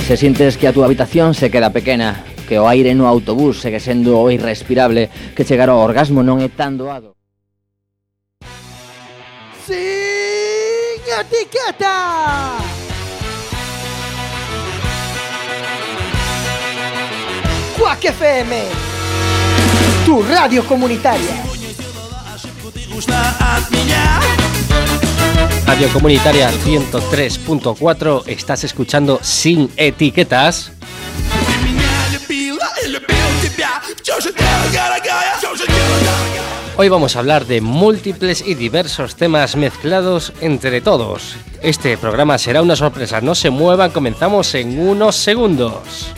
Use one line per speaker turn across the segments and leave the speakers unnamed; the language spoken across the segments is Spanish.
Se sientes que a túa habitación se queda pequena, que o aire no autobús segue sendo irrespirable, que chegar ao orgasmo non é tan doado.
Sin etiqueta. Quack FM, tu radio comunitaria.
Radio Comunitaria 103.4, estás escuchando Sin Etiquetas. Hoy vamos a hablar de múltiples y diversos temas mezclados entre todos. Este programa será una sorpresa, no se muevan, comenzamos en unos segundos.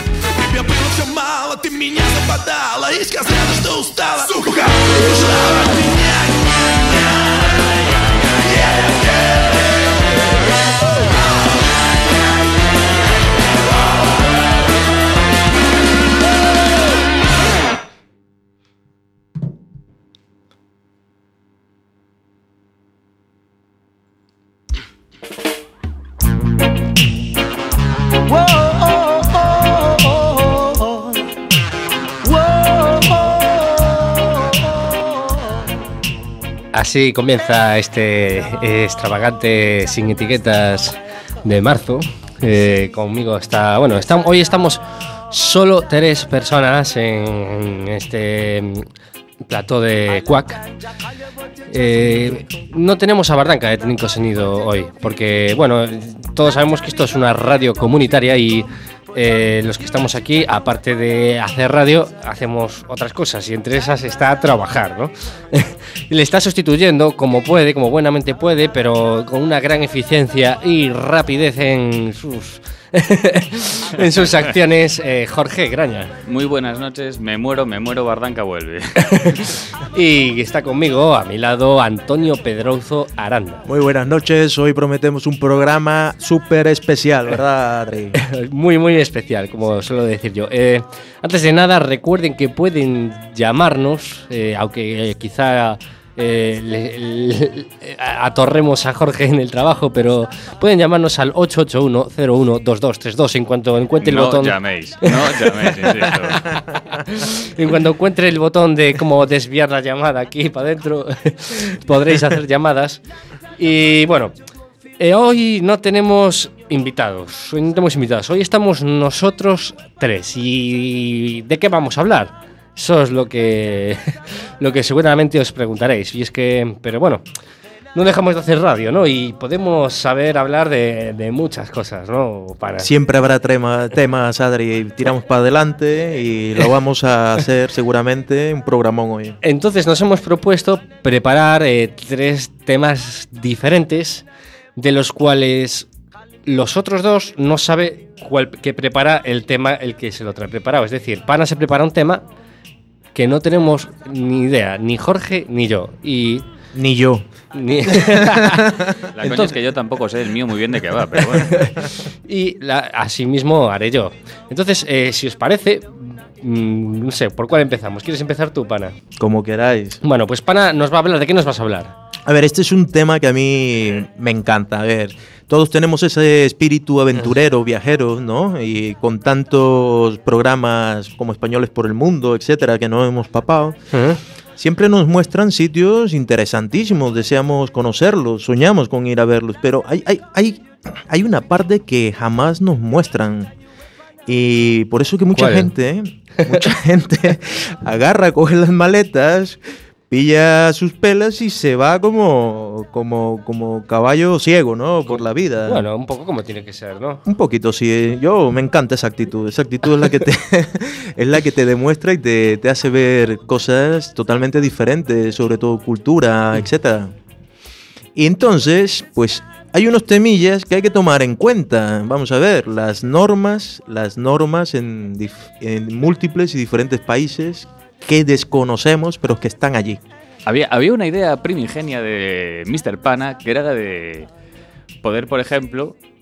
Así comienza este extravagante Sin Etiquetas de marzo. Conmigo está... Bueno, hoy estamos solo 3 personas en este plató de Quack. No tenemos a Bardanca de técnico sonido hoy, porque, bueno, todos sabemos que esto es una radio comunitaria y los que estamos aquí, aparte de hacer radio, hacemos otras cosas y entre esas está trabajar, ¿no? Y le está sustituyendo como puede, como buenamente puede, pero con una gran eficiencia y rapidez en sus en sus acciones, Jorge Graña.
Muy buenas noches, me muero, Bardanca vuelve.
Y está conmigo, a mi lado, Antonio Pedrozo Aranda.
Muy buenas noches, hoy prometemos un programa súper especial, ¿verdad, Adri?
Muy, muy especial, como suelo decir yo. Antes de nada, recuerden que pueden llamarnos, aunque quizá... atorremos a Jorge en el trabajo, pero pueden llamarnos al 881-01-2232 en cuanto encuentre el botón.
No llaméis, insisto.
En cuanto encuentre el botón de cómo desviar la llamada aquí para adentro, podréis hacer llamadas. Y bueno, hoy no tenemos invitados, hoy estamos nosotros 3. ¿Y de qué vamos a hablar? Eso es lo que seguramente os preguntaréis. Y es que, pero bueno, no dejamos de hacer radio, ¿no? Y podemos hablar de muchas cosas, ¿no?
Siempre habrá temas, Adri, tiramos para adelante y lo vamos a hacer seguramente un programón hoy.
Entonces nos hemos propuesto preparar 3 temas diferentes, de los cuales los otros 2 no sabe cuál que prepara el tema el que se lo trae preparado. Es decir, Pana se prepara un tema que no tenemos ni idea, ni Jorge ni yo.
Ni yo.
La coña es que yo tampoco sé el mío muy bien de qué va, pero bueno.
Y así mismo haré yo. Entonces, si os parece, no sé, ¿por cuál empezamos? ¿Quieres empezar tú, Pana?
Como queráis.
Bueno, pues Pana nos va a hablar. ¿De qué nos vas a hablar?
A ver, este es un tema que a mí me encanta. A ver, todos tenemos ese espíritu aventurero, viajero, ¿no? Y con tantos programas como Españoles por el Mundo, etcétera, que no hemos papado, siempre nos muestran sitios interesantísimos, deseamos conocerlos, soñamos con ir a verlos, pero hay una parte que jamás nos muestran. Y por eso que mucha gente agarra, coge las maletas, pilla sus pelas y se va como caballo ciego, ¿no? Por la vida.
Bueno, un poco como tiene que ser, ¿no?
Un poquito, sí. Yo me encanta esa actitud. Esa actitud es la que te demuestra y te hace ver cosas totalmente diferentes, sobre todo cultura, etc. Y entonces, pues hay unos temillas que hay que tomar en cuenta. Vamos a ver, las normas en múltiples y diferentes países que desconocemos, pero que están allí.
Había una idea primigenia de Mr. Pana, que era la de poder, por ejemplo,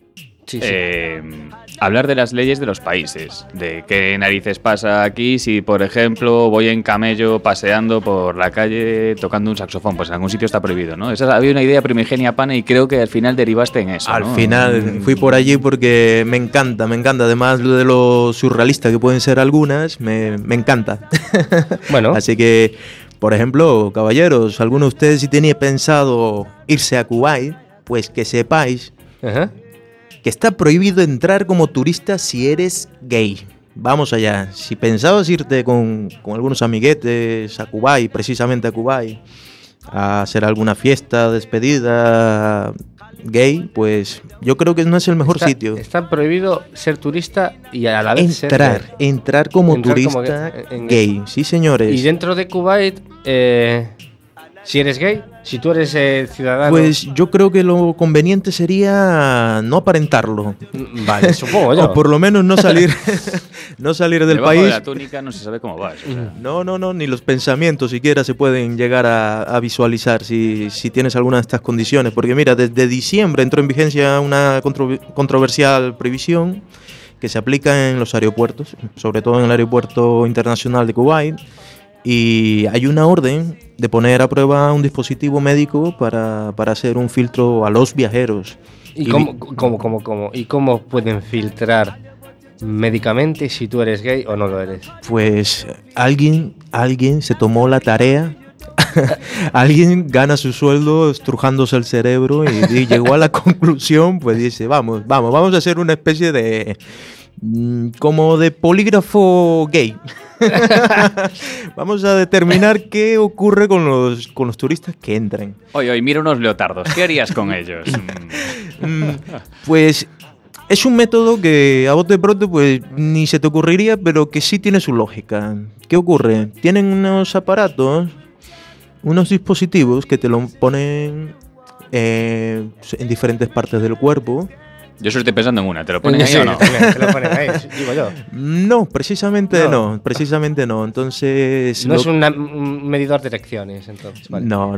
Sí.
Hablar de las leyes de los países, de qué narices pasa aquí si, por ejemplo, voy en camello paseando por la calle tocando un saxofón, pues en algún sitio está prohibido, ¿no? Había una idea primigenia, Pane, y creo que al final derivaste en eso,
Al
¿no?
final fui por allí porque me encanta, además de lo surrealista que pueden ser algunas, me encanta.
Bueno.
Así que, por ejemplo, caballeros, alguno de ustedes si tenía pensado irse a Kuwait, pues que sepáis
Ajá.
que está prohibido entrar como turista si eres gay. Vamos allá. Si pensabas irte con algunos amiguetes a Kuwait, precisamente a Kuwait, a hacer alguna fiesta, despedida gay, pues yo creo que no es el mejor sitio.
Está prohibido ser turista y a la vez
Entrar como
Entrar
turista
como
gay. Sí, señores.
Y dentro de Kuwait, si eres gay, si tú eres ciudadano...
Pues yo creo que lo conveniente sería no aparentarlo.
Vale, supongo yo.
O por lo menos no salir no salir del
Debajo
país.
de la túnica no se sabe cómo vas. O sea.
No, ni los pensamientos siquiera se pueden llegar a visualizar si tienes alguna de estas condiciones. Porque mira, desde diciembre entró en vigencia una controversial prohibición que se aplica en los aeropuertos, sobre todo en el aeropuerto internacional de Kuwait. Y hay una orden de poner a prueba un dispositivo médico para hacer un filtro a los viajeros.
¿Y cómo pueden filtrar médicamente si tú eres gay o no lo eres?
Pues alguien se tomó la tarea, alguien gana su sueldo estrujándose el cerebro y llegó a la conclusión, pues dice, vamos a hacer una especie de como de polígrafo gay. Vamos a determinar qué ocurre con los turistas que entran.
Oye, mira unos leotardos, ¿qué harías con ellos?
Pues es un método que a bote pronto pues ni se te ocurriría, pero que sí tiene su lógica. ¿Qué ocurre? Tienen unos aparatos, unos dispositivos que te lo ponen en diferentes partes del cuerpo.
Yo solo estoy pensando en una, ¿te lo ponen ahí
Sí,
o no?
te lo ponen ahí, digo yo.
No, precisamente no. Entonces...
No es un medidor de erecciones, entonces. Vale.
No.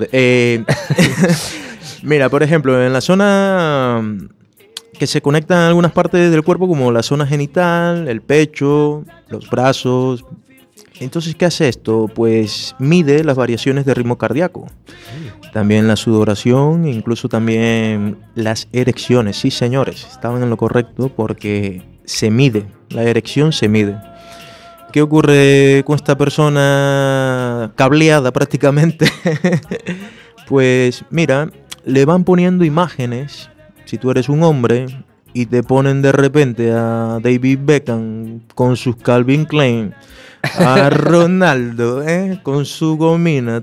Mira, por ejemplo, en la zona que se conectan algunas partes del cuerpo, como la zona genital, el pecho, los brazos. Entonces, ¿qué hace esto? Pues mide las variaciones de ritmo cardíaco. También la sudoración, incluso también las erecciones. Sí, señores, estaban en lo correcto porque se mide, la erección se mide. ¿Qué ocurre con esta persona cableada prácticamente? Pues mira, le van poniendo imágenes, si tú eres un hombre, y te ponen de repente a David Beckham con sus Calvin Klein, a Ronaldo, con su gomina,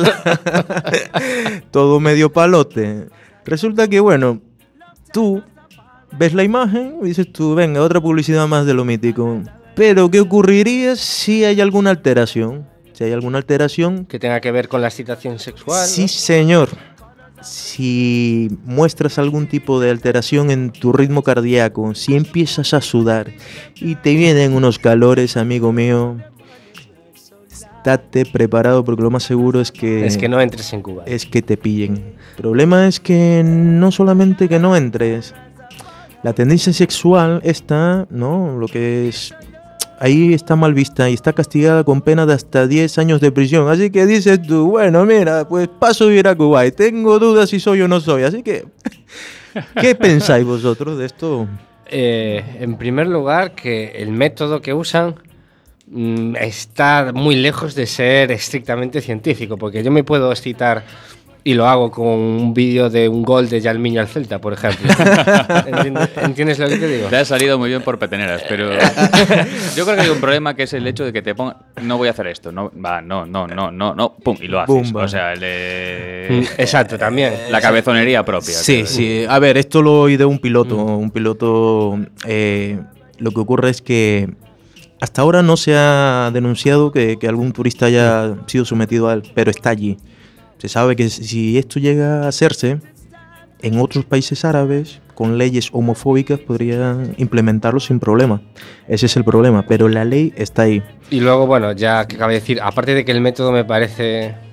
todo medio palote. Resulta que, bueno, tú ves la imagen y dices tú, venga, otra publicidad más de lo mítico. Pero, ¿qué ocurriría si hay alguna alteración? Si hay alguna alteración...
Que tenga que ver con la excitación sexual.
Sí,
¿no?
señor. Si muestras algún tipo de alteración en tu ritmo cardíaco, si empiezas a sudar y te vienen unos calores, amigo mío, estate preparado porque lo más seguro es que...
Es que no entres en Cuba.
Es que te pillen. El problema es que no solamente que no entres, la tendencia sexual está, ¿no? Lo que es... Ahí está mal vista y está castigada con pena de hasta 10 años de prisión. Así que dices tú, bueno, mira, pues paso a ir a Cuba y tengo dudas si soy o no soy. Así que, ¿qué pensáis vosotros de esto?
En primer lugar, que el método que usan está muy lejos de ser estrictamente científico, porque yo me puedo excitar y lo hago con un vídeo de un gol de Yalmiño al Celta, por ejemplo. ¿Entiendes lo que te digo?
Te ha salido muy bien por peteneras, pero yo creo que hay un problema que es el hecho de que te pongan, no voy a hacer esto, no, pum, y lo haces.
Bumba.
O sea,
Exacto, también.
La cabezonería propia.
Sí, sí. A ver, esto lo oí de un piloto. Un piloto, lo que ocurre es que hasta ahora no se ha denunciado que algún turista haya sido sometido a él, pero está allí. Se sabe que si esto llega a hacerse en otros países árabes, con leyes homofóbicas, podrían implementarlo sin problema. Ese es el problema, pero la ley está ahí.
Y luego, bueno, ya que acabo de decir, aparte de que el método me parece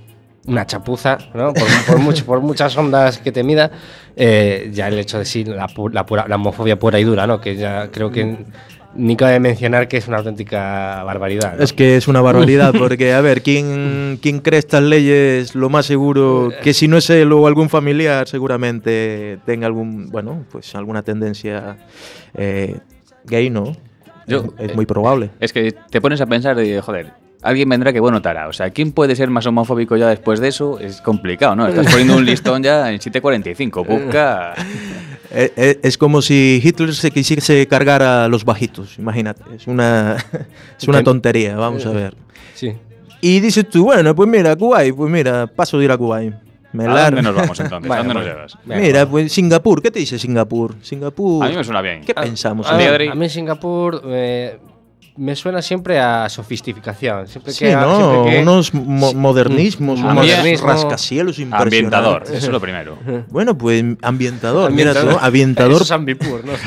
una chapuza, ¿no? Por muchas ondas que te mida, ya el hecho de sí, la homofobia pura y dura, ¿no? Que ya creo que ni cabe mencionar que es una auténtica barbaridad, ¿no?
Es que es una barbaridad, porque, a ver, ¿quién cree estas leyes? Lo más seguro que si no es él o algún familiar, seguramente tenga alguna tendencia gay, ¿no? Es muy probable.
Es que te pones a pensar y joder, alguien vendrá que bueno te hará. O sea, ¿quién puede ser más homofóbico ya después de eso? Es complicado, ¿no? Estás poniendo un listón ya en 7:45. Busca...
Es como si Hitler se quisiese cargar a los bajitos, imagínate. Es una tontería, vamos a ver.
Sí.
Y dices tú, bueno, pues mira, Kuwait, pues mira, paso de ir a Kuwait.
¿A dónde nos vamos entonces? ¿A dónde nos llevas?
Mira, pues Singapur, ¿qué te dice Singapur?
A mí me suena bien.
¿Qué pensamos?
A mí Singapur me suena siempre a sofisticación. Siempre
sí, ¿no? Unos modernismos, unos rascacielos impresionantes.
Ambientador, eso es lo primero.
Bueno, pues ambientador. Mira tú, ambientador.
Eso es Ambipur, ¿no?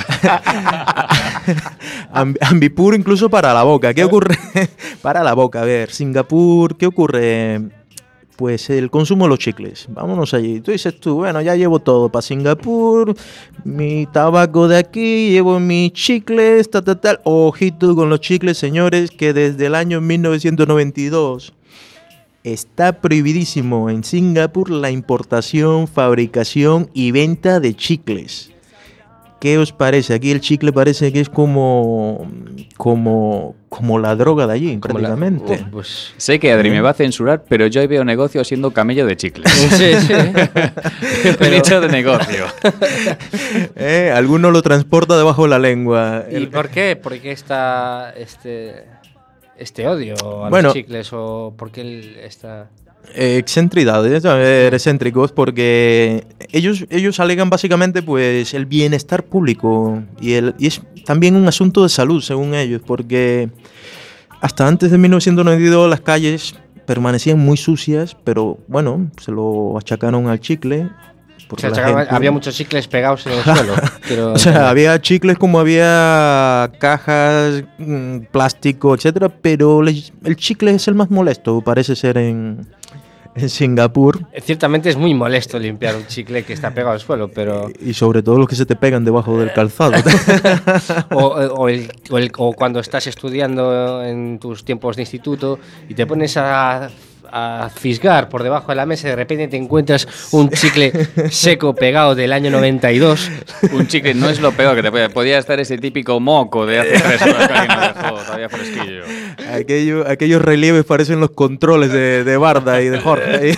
Ambipur incluso para la boca. ¿Qué ocurre? Para la boca, a ver, Singapur, ¿qué ocurre? Pues el consumo de los chicles. Vámonos allí. Tú dices bueno, ya llevo todo para Singapur, mi tabaco de aquí, llevo mis chicles, tal. Ojito con los chicles, señores, que desde el año 1992 está prohibidísimo en Singapur la importación, fabricación y venta de chicles. ¿Qué os parece? Aquí el chicle parece que es como la droga de allí, prácticamente.
Pues sé que Adri me va a censurar, pero yo ahí veo negocio siendo camello de chicles.
Sí.
He dicho de negocio.
Alguno lo transporta debajo de la lengua.
¿Y por qué? ¿Por qué está este odio a los chicles? ¿O por qué está...?
Excentridades, a ver, excéntricos, porque ellos alegan básicamente pues el bienestar público y es también un asunto de salud según ellos, porque hasta antes de 1992 las calles permanecían muy sucias, pero bueno, se lo achacaron al chicle.
Había muchos chicles pegados en el suelo. Pero,
o sea, había chicles como había cajas, plástico, etcétera, pero el chicle es el más molesto, parece ser en Singapur.
Ciertamente es muy molesto limpiar un chicle que está pegado al suelo, pero...
Y sobre todo los que se te pegan debajo del calzado.
o cuando estás estudiando en tus tiempos de instituto y te pones a fisgar por debajo de la mesa y de repente te encuentras un chicle seco pegado del año 92.
Un chicle no es lo peor que te podía estar ese típico moco de hace 3 horas que alguien nos dejó todavía fresquillo.
Aquellos relieves parecen los controles de Barda y de Jorge.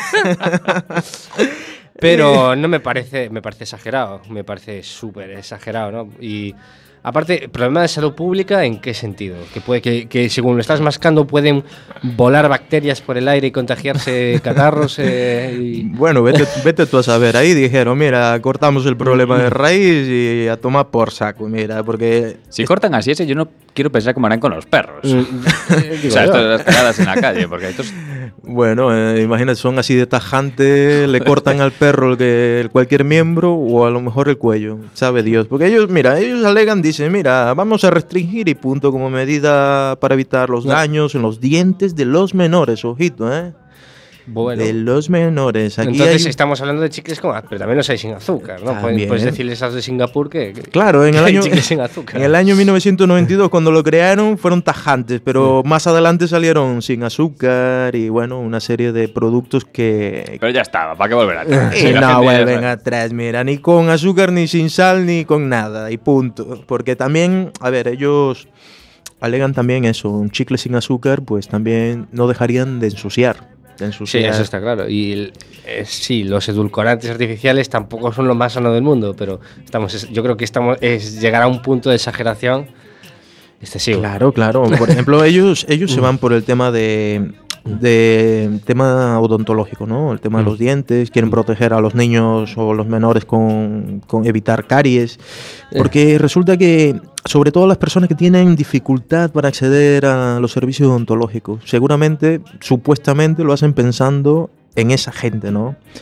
Pero no me parece exagerado, me parece súper exagerado, ¿no? Y aparte, problema de salud pública, ¿en qué sentido? Que según lo estás mascando pueden volar bacterias por el aire y contagiarse catarros.
Bueno, vete tú a saber. Ahí dijeron, mira, cortamos el problema de raíz y a tomar por saco, mira, porque...
Si cortan así yo no quiero pensar cómo harán con los perros. O sea, esto de las cagadas en la calle, porque estos...
Bueno, imagínate, son así de tajante, le cortan al perro cualquier miembro o a lo mejor el cuello, sabe Dios. Porque ellos alegan, dicen, mira, vamos a restringir y punto como medida para evitar los daños en los dientes de los menores, ojito,
Bueno.
De los menores. Aquí
entonces estamos hablando de chicles con azúcar, pero también los hay sin azúcar, ¿no? Puedes decirles a los de Singapur que
claro, en
hay chicles sin azúcar.
En el año 1992, cuando lo crearon, fueron tajantes, pero más adelante salieron sin azúcar y bueno, una serie de productos que...
Pero ya estaba, ¿para qué volver atrás?
Y no vuelven atrás, mira, ni con azúcar, ni sin sal, ni con nada, y punto. Porque también, a ver, ellos alegan también eso, un chicle sin azúcar, pues también no dejarían de ensuciar.
Sí, eso está claro. Y sí, los edulcorantes artificiales tampoco son lo más sano del mundo, pero yo creo que llegar a un punto de exageración excesivo.
Claro. Por ejemplo, ellos se van por el tema de tema odontológico, ¿no? El tema de los dientes, quieren proteger a los niños o los menores con evitar caries, porque resulta que sobre todo las personas que tienen dificultad para acceder a los servicios odontológicos, supuestamente lo hacen pensando en esa gente, ¿no?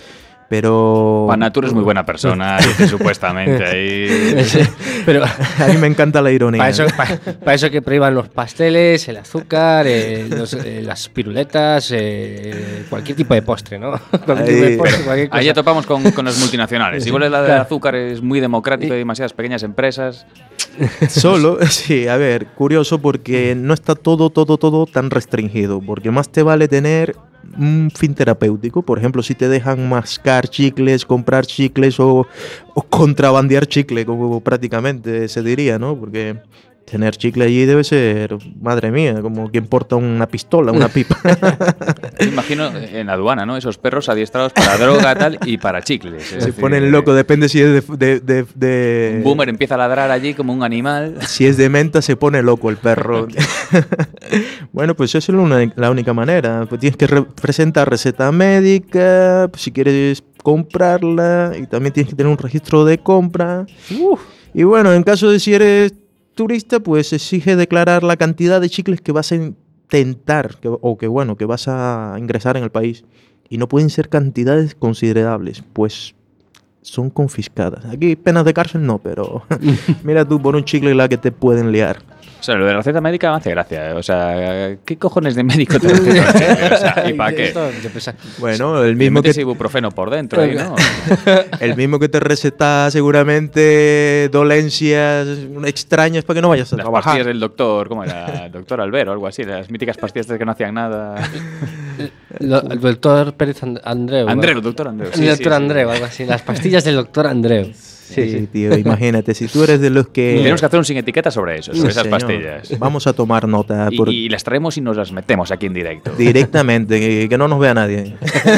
Pero...
Natur es muy buena persona, dice supuestamente ahí.
Sí, pero
A mí me encanta la ironía.
para eso que prohíban los pasteles, el azúcar, las piruletas, cualquier tipo de postre, ¿no? Cualquier tipo de postre, cualquier cosa.
Ahí ya topamos con las multinacionales. Igual la del azúcar es muy democrático, hay demasiadas pequeñas empresas.
Solo, sí, a ver, curioso porque no está todo tan restringido, porque más te vale tener un fin terapéutico, por ejemplo, si te dejan mascar chicles, comprar chicles o contrabandear chicle, como prácticamente se diría, ¿no? Porque tener chicle allí debe ser, madre mía, como quien porta una pistola, una pipa.
Me imagino en la aduana, ¿no? Esos perros adiestrados para droga tal y para chicles.
Se ponen loco, depende si es de
Un boomer empieza a ladrar allí como un animal.
Si es de menta se pone loco el perro. Bueno, pues eso es la única manera. Pues tienes que presentar receta médica, pues si quieres comprarla, y también tienes que tener un registro de compra. Y bueno, en caso de si eres turista, pues exige declarar la cantidad de chicles que vas a intentar que vas a ingresar en el país. Y no pueden ser cantidades considerables, pues son confiscadas. Aquí penas de cárcel no, pero mira tú por un chicle la que te pueden liar.
O sea, lo de la receta médica me hace gracia. O sea, ¿qué cojones de médico te receta? O sea, ¿y para qué?
Bueno, el mismo que
ibuprofeno por dentro ahí, ¿no?
el mismo que te receta seguramente dolencias extrañas para que no vayas a
las
trabajar.
Pastillas del doctor, ¿cómo era? El doctor Albero o algo así, las míticas pastillas que no hacían nada.
El doctor Pérez Andreu.
El doctor Andreu.
El doctor Andreu, algo así. Las pastillas del doctor Andreu.
Sí, tío, imagínate, si tú eres de los que...
Tenemos que hacer un sin etiqueta sobre eso, sobre esas
señor.
Pastillas.
Vamos a tomar nota.
Y las traemos y nos las metemos aquí en directo.
Directamente, que no nos vea nadie.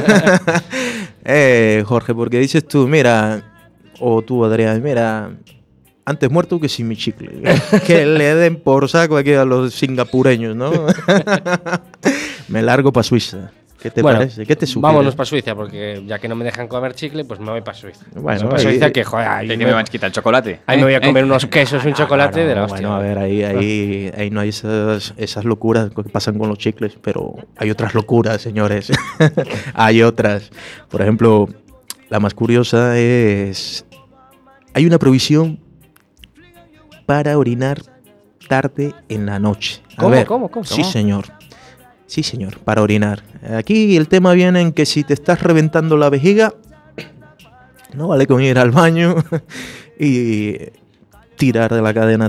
Jorge, porque dices tú, mira, o tú, Adrián, mira, antes muerto que sin mi chicle. Que le den por saco aquí a los singapureños, ¿no? Me largo para Suiza. ¿Qué te parece? ¿Qué te sugiere?
Vámonos para Suiza, porque ya que no me dejan comer chicle, pues me voy para Suiza.
Bueno,
para Suiza, que joder, ahí
¿Qué me van a quitar el chocolate?
Ahí me voy a comer unos quesos y un chocolate de la hostia.
Bueno, a ver, ahí no hay esas locuras que pasan con los chicles, pero hay otras locuras, señores. Hay otras. Por ejemplo, la más curiosa es... Hay una prohibición para orinar tarde en la noche.
¿Cómo?
Sí, señor. Sí, señor, para orinar. Aquí el tema viene en que si te estás reventando la vejiga, no vale con ir al baño y tirar de la cadena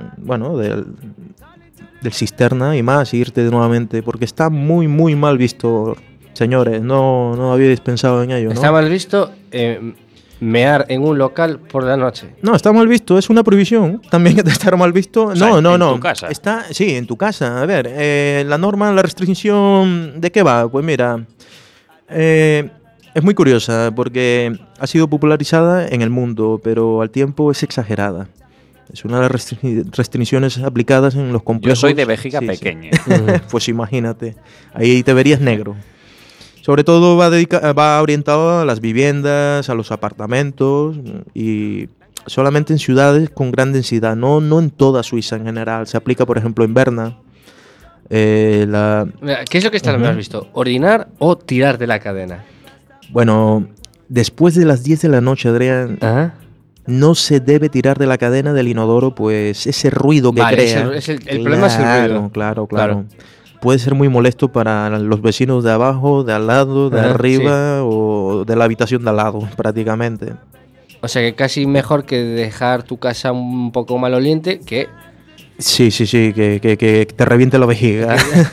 del cisterna y más, y irte nuevamente, porque está muy, muy mal visto, señores. No habíais pensado en ello, ¿no?
Está mal visto mear en un local por la noche.
No, está mal visto, es una prohibición. También que estar mal visto.
O sea,
no.
¿en tu casa?
Sí, en tu casa. A ver, la norma, la restricción, ¿de qué va? Pues mira, es muy curiosa porque ha sido popularizada en el mundo, pero al tiempo es exagerada. Es una de las restricciones aplicadas en los complejos.
Yo soy de vejiga pequeña.
Sí. Pues imagínate, ahí te verías negro. Sobre todo va orientado a las viviendas, a los apartamentos y solamente en ciudades con gran densidad, no en toda Suiza en general. Se aplica, por ejemplo, en Berna.
Mira, ¿qué es lo que está más visto? ¿Orinar o tirar de la cadena?
Bueno, después de las 10 de la noche, Adrián, no se debe tirar de la cadena del inodoro, pues ese ruido que crea.
El problema es el ruido.
Claro. Puede ser muy molesto para los vecinos de abajo, de al lado, de arriba o de la habitación de al lado, prácticamente.
O sea que casi mejor que dejar tu casa un poco maloliente que...
Sí, que te reviente la vejiga.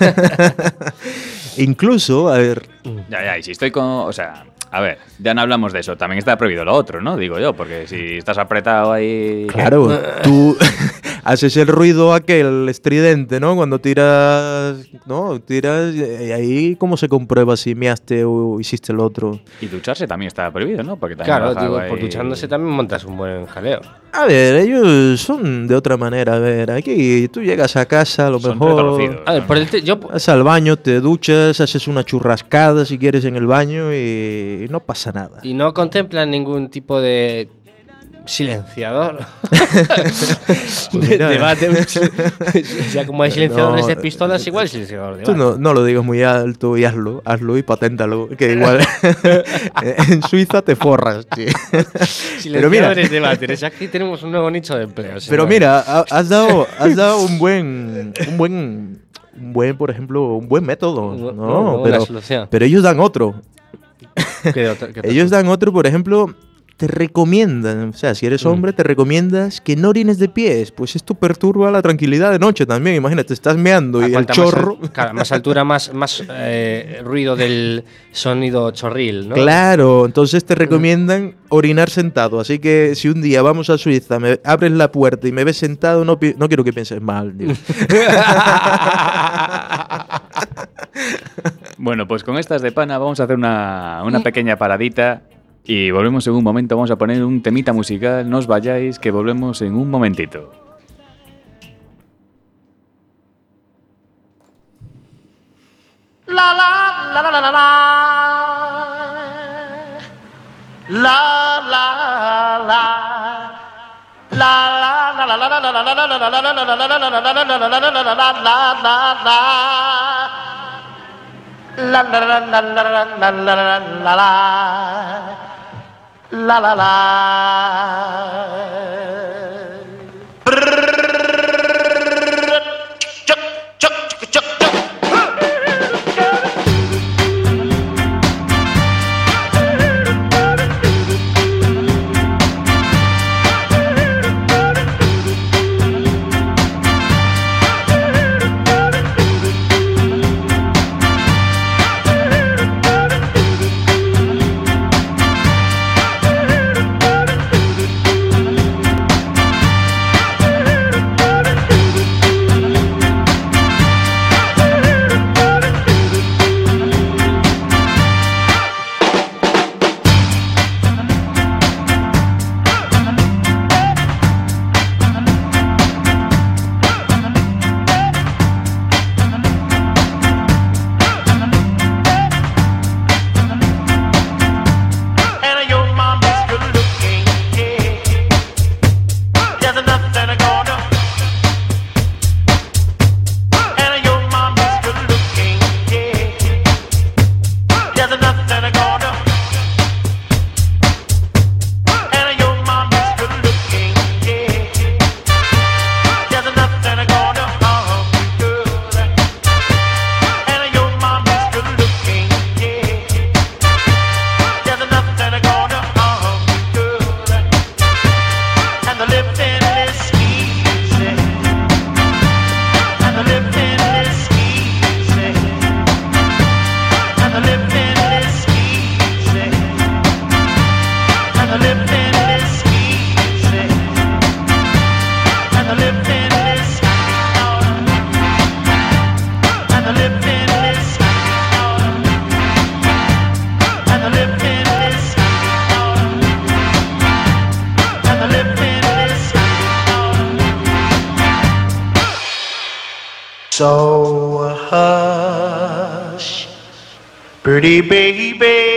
Incluso, a ver...
Ya, y si estoy con... O sea, a ver, ya no hablamos de eso. También está prohibido lo otro, ¿no? Digo yo, porque si estás apretado ahí...
Claro, tú haces el ruido aquel estridente, ¿no? Cuando tiras, y ahí cómo se comprueba si measte o hiciste el otro.
Y ducharse también está prohibido, ¿no? Porque también
claro, digo, por duchándose también montas un buen jaleo.
A ver, ellos son de otra manera. A ver, aquí tú llegas a casa, a lo mejor...
A ver,
vas al baño, te duchas, haces una churrascada si quieres en el baño y no pasa nada.
Y no contemplan ningún tipo de silenciador.
Mira.
Debate. O sea, como hay silenciadores
No,
de pistolas, igual silenciador de
Tú
debate.
no lo digas muy alto y hazlo y paténtalo, que igual en Suiza te forras. Sí. Pero mira,
Silenciadores de váteres. Aquí tenemos un nuevo nicho de empleo.
pero mira, has dado un buen, por ejemplo, un buen método, ¿no?
Una solución.
Pero ellos dan otro.
¿Qué otra
Ellos dan otro, por ejemplo, te recomiendan, o sea, si eres hombre, te recomiendas que no orines de pies, pues esto perturba la tranquilidad de noche también. Imagínate, estás meando
A
y el
cuanta
chorro.
más altura, más ruido del sonido chorril, ¿no?
Claro, entonces te recomiendan orinar sentado. Así que si un día vamos a Suiza, me abres la puerta y me ves sentado, no quiero que pienses mal. Tío.
Bueno, pues con estas de pana vamos a hacer una pequeña paradita y volvemos en un momento. Vamos a poner un temita musical. No os vayáis, que volvemos en un momentito.
La la la la la la la la la la. La la la la la la la la la la la la la la la. So hush, pretty baby,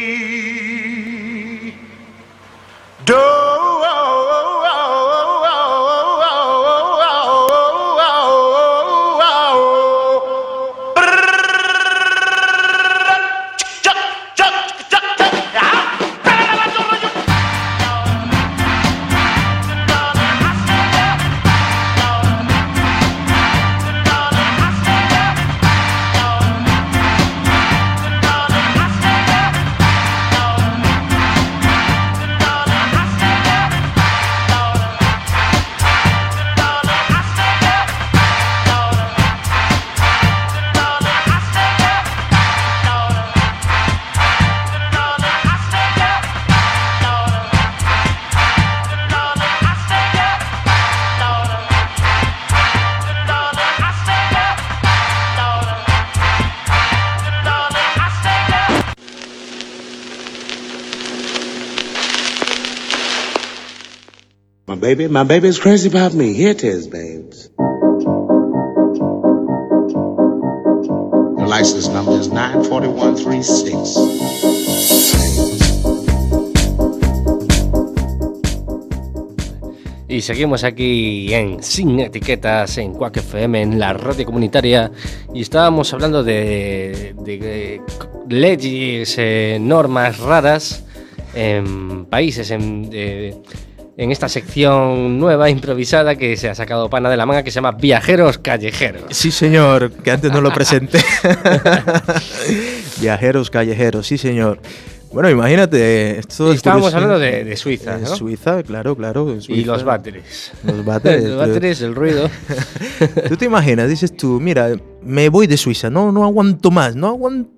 My baby's crazy about me. Here it is, babes. Your license number is 94136.
Y seguimos aquí en Sin Etiquetas, en Quack FM, en la radio comunitaria. Y estábamos hablando de leyes, normas raras en países, en esta sección nueva, improvisada, que se ha sacado pana de la manga, que se llama Viajeros Callejeros.
Sí, señor, que antes no lo presenté. Viajeros callejeros, sí, señor. Bueno, imagínate.
Estábamos hablando de Suiza, ¿no?
Suiza, claro. Suiza.
Y los váteres.
Los váteres.
Los váteres, el ruido.
Tú te imaginas, dices tú, mira, me voy de Suiza, no aguanto más, no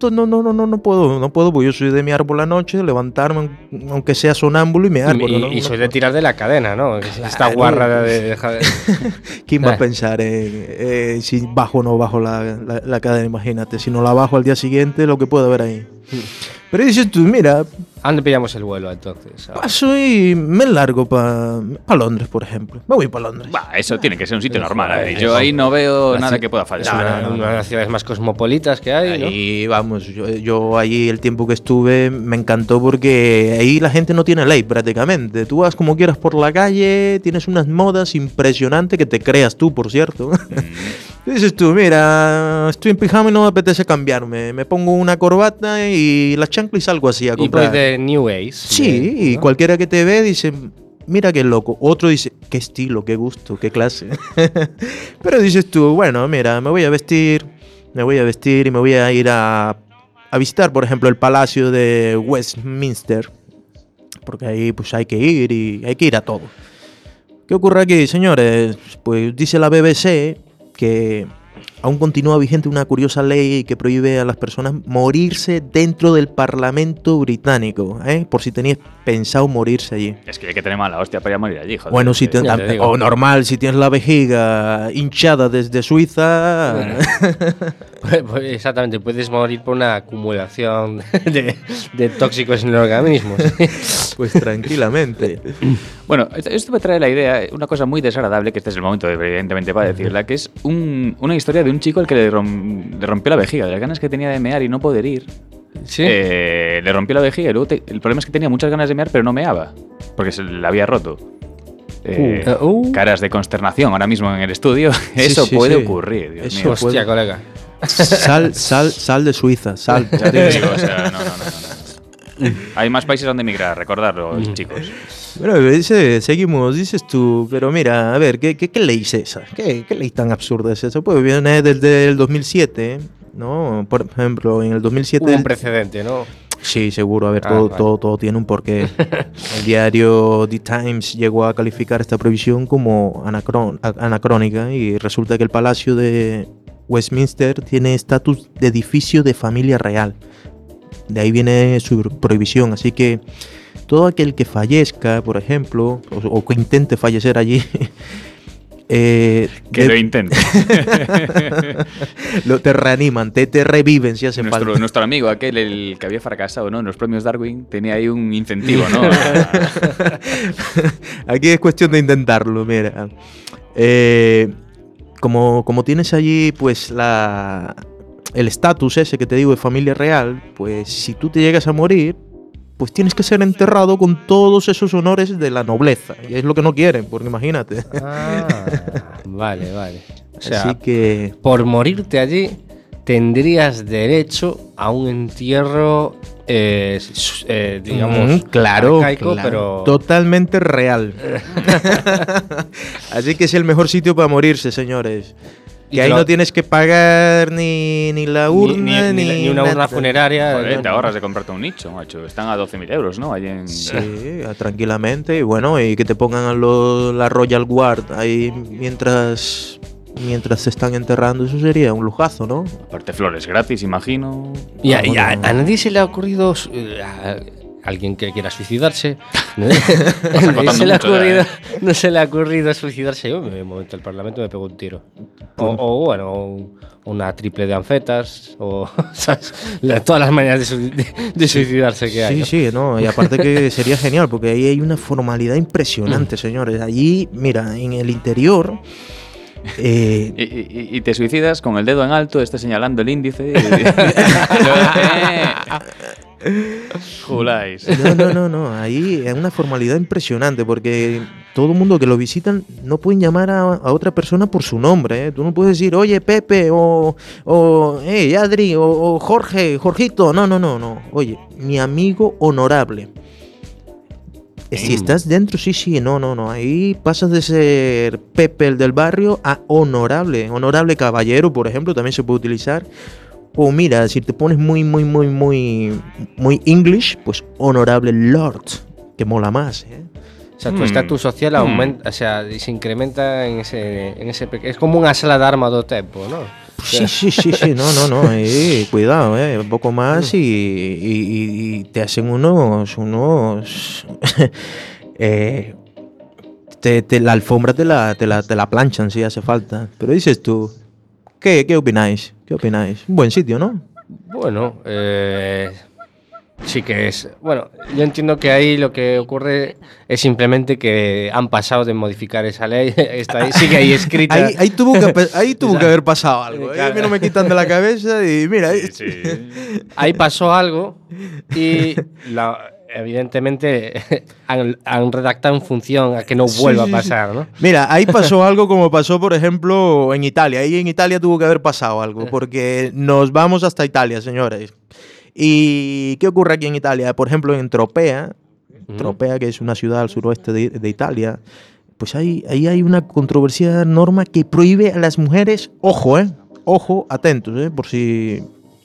puedo, porque yo soy de mear por la noche, levantarme, aunque sea sonámbulo y mear.
Y soy de tirar de la cadena, ¿no? Claro. Esta guarra de dejar.
¿Quién va a pensar en si bajo o no bajo la cadena? Imagínate, si no la bajo al día siguiente, lo que puede haber ahí. Pero dices tú, mira,
¿a dónde pillamos el vuelo entonces?
Paso y me largo para Londres, por ejemplo. Me voy para Londres.
Bah, eso tiene que ser un sitio normal. Yo ahí no veo nada que pueda fallar.
Una de las ciudades más cosmopolitas que hay, ¿no?
Y vamos, yo allí el tiempo que estuve me encantó porque ahí la gente no tiene ley prácticamente. Tú vas como quieras por la calle, tienes unas modas impresionantes que te creas tú, por cierto. Dices tú, mira, estoy en pijama y no me apetece cambiarme. Me pongo una corbata y la chancla y salgo así a comprar.
Y pues de New Age.
Sí, y
¿no? Cualquiera
cualquiera que te ve dice, mira qué loco. Otro dice, qué estilo, qué gusto, qué clase. Pero dices tú, bueno, mira, me voy a vestir y me voy a ir a visitar, por ejemplo, el Palacio de Westminster. Porque ahí pues hay que ir y hay que ir a todo. ¿Qué ocurre aquí, señores? Pues dice la BBC que aún continúa vigente una curiosa ley que prohíbe a las personas morirse dentro del Parlamento británico, por si tenías pensado morirse allí.
Es que hay que tener mala hostia para ir a morir allí, joder.
Bueno, o normal, si tienes la vejiga hinchada desde Suiza.
Pues exactamente, puedes morir por una acumulación de tóxicos en el organismo.
Pues tranquilamente.
Bueno, esto me trae la idea, una cosa muy desagradable, que este es el momento, evidentemente, para decirla, que es una historia de un chico al que le rompió la vejiga, de las ganas que tenía de mear y no poder ir.
¿Sí?
Le rompió la vejiga y luego el problema es que tenía muchas ganas de mear, pero no meaba, porque se la había roto. Caras de consternación ahora mismo en el estudio. Eso puede ocurrir, Dios mío.
Hostia, colega.
Sal de Suiza, sal.
Ya te digo, o sea, no. Hay más países donde emigrar, recordadlo, chicos.
Bueno, seguimos, dices tú, pero mira, a ver, ¿qué ley es esa? ¿Qué ley tan absurda es esa? Pues viene desde el 2007, ¿no? Por ejemplo, en el 2007...
Hubo un precedente, ¿no?
Sí, seguro, a ver, todo tiene un porqué. El diario The Times llegó a calificar esta prohibición como anacrónica y resulta que el Palacio de Westminster tiene estatus de edificio de familia real. De ahí viene su prohibición, así que todo aquel que fallezca, por ejemplo, o que intente fallecer allí...
lo intente.
Te reaniman, te reviven si hace falta.
Nuestro amigo, aquel el que había fracasado, ¿no? En los premios Darwin, tenía ahí un incentivo, ¿no?
Aquí es cuestión de intentarlo, mira. Como tienes allí, pues el estatus ese que te digo de familia real, pues si tú te llegas a morir, pues tienes que ser enterrado con todos esos honores de la nobleza. Y es lo que no quieren, porque imagínate.
Vale. O sea,
así que...
por morirte allí, tendrías derecho a un entierro, digamos, arcaico, pero...
totalmente real. Así que es el mejor sitio para morirse, señores. Que ahí no tienes que pagar ni la urna,
ni una urna funeraria.
Joder, te ahorras de comprarte un nicho, macho. Están a 12.000 euros, ¿no? Allí en...
Sí, tranquilamente. Y bueno, y que te pongan a la Royal Guard ahí mientras se están enterrando. Eso sería un lujazo, ¿no?
Aparte flores gratis, imagino.
Y a nadie se le ha ocurrido... alguien que quiera suicidarse. No se le ha ocurrido suicidarse. Yo me momento el Parlamento me pego un tiro. O bueno, una triple de anfetas. O ¿sabes? Todas las maneras de suicidarse que hay.
Sí, ¿no? Y aparte que sería genial, porque ahí hay una formalidad impresionante, señores. Allí, mira, en el interior...
Y te suicidas con el dedo en alto, señalando el índice. Juláis.
No. Ahí es una formalidad impresionante porque todo el mundo que lo visitan no pueden llamar a otra persona por su nombre. ¿Eh? Tú no puedes decir, oye, Pepe, o hey, Adri, o Jorge, Jorgito. No. Oye, mi amigo honorable. Si estás dentro, sí, no. Ahí pasas de ser Pepe el del barrio a honorable. Honorable caballero, por ejemplo, también se puede utilizar. O mira, si te pones muy English, pues honorable lord, que mola más, ¿eh?
O sea, tu estatus social aumenta, o sea, se incrementa en ese es como una sala de arma do tempo, ¿no?
Sí, no, cuidado, un poco más y te hacen unos la alfombra te la planchan si hace falta. Pero dices tú, ¿qué opináis? Un buen sitio, ¿no?
Bueno, sí que es. Bueno, yo entiendo que ahí lo que ocurre es simplemente que han pasado de modificar esa ley. Está ahí, sigue ahí escrita.
Ahí tuvo que haber pasado algo. A mí no me quitan de la cabeza y mira.
Sí.
Ahí pasó algo y evidentemente han redactado en función a que no vuelva a pasar, ¿no?
Mira, ahí pasó algo como pasó, por ejemplo, en Italia. Ahí en Italia tuvo que haber pasado algo, porque nos vamos hasta Italia, señores. ¿Y qué ocurre aquí en Italia? Por ejemplo, en Tropea, que es una ciudad al suroeste de Italia, pues ahí hay una controversia norma que prohíbe a las mujeres, ojo, atentos, por si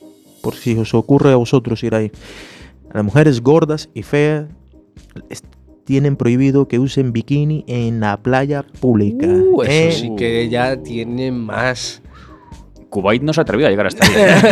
os ocurre a vosotros ir ahí. A las mujeres gordas y feas tienen prohibido que usen bikini en la playa pública.
Eso sí que ya tiene más.
Kuwait no se atrevió a llegar hasta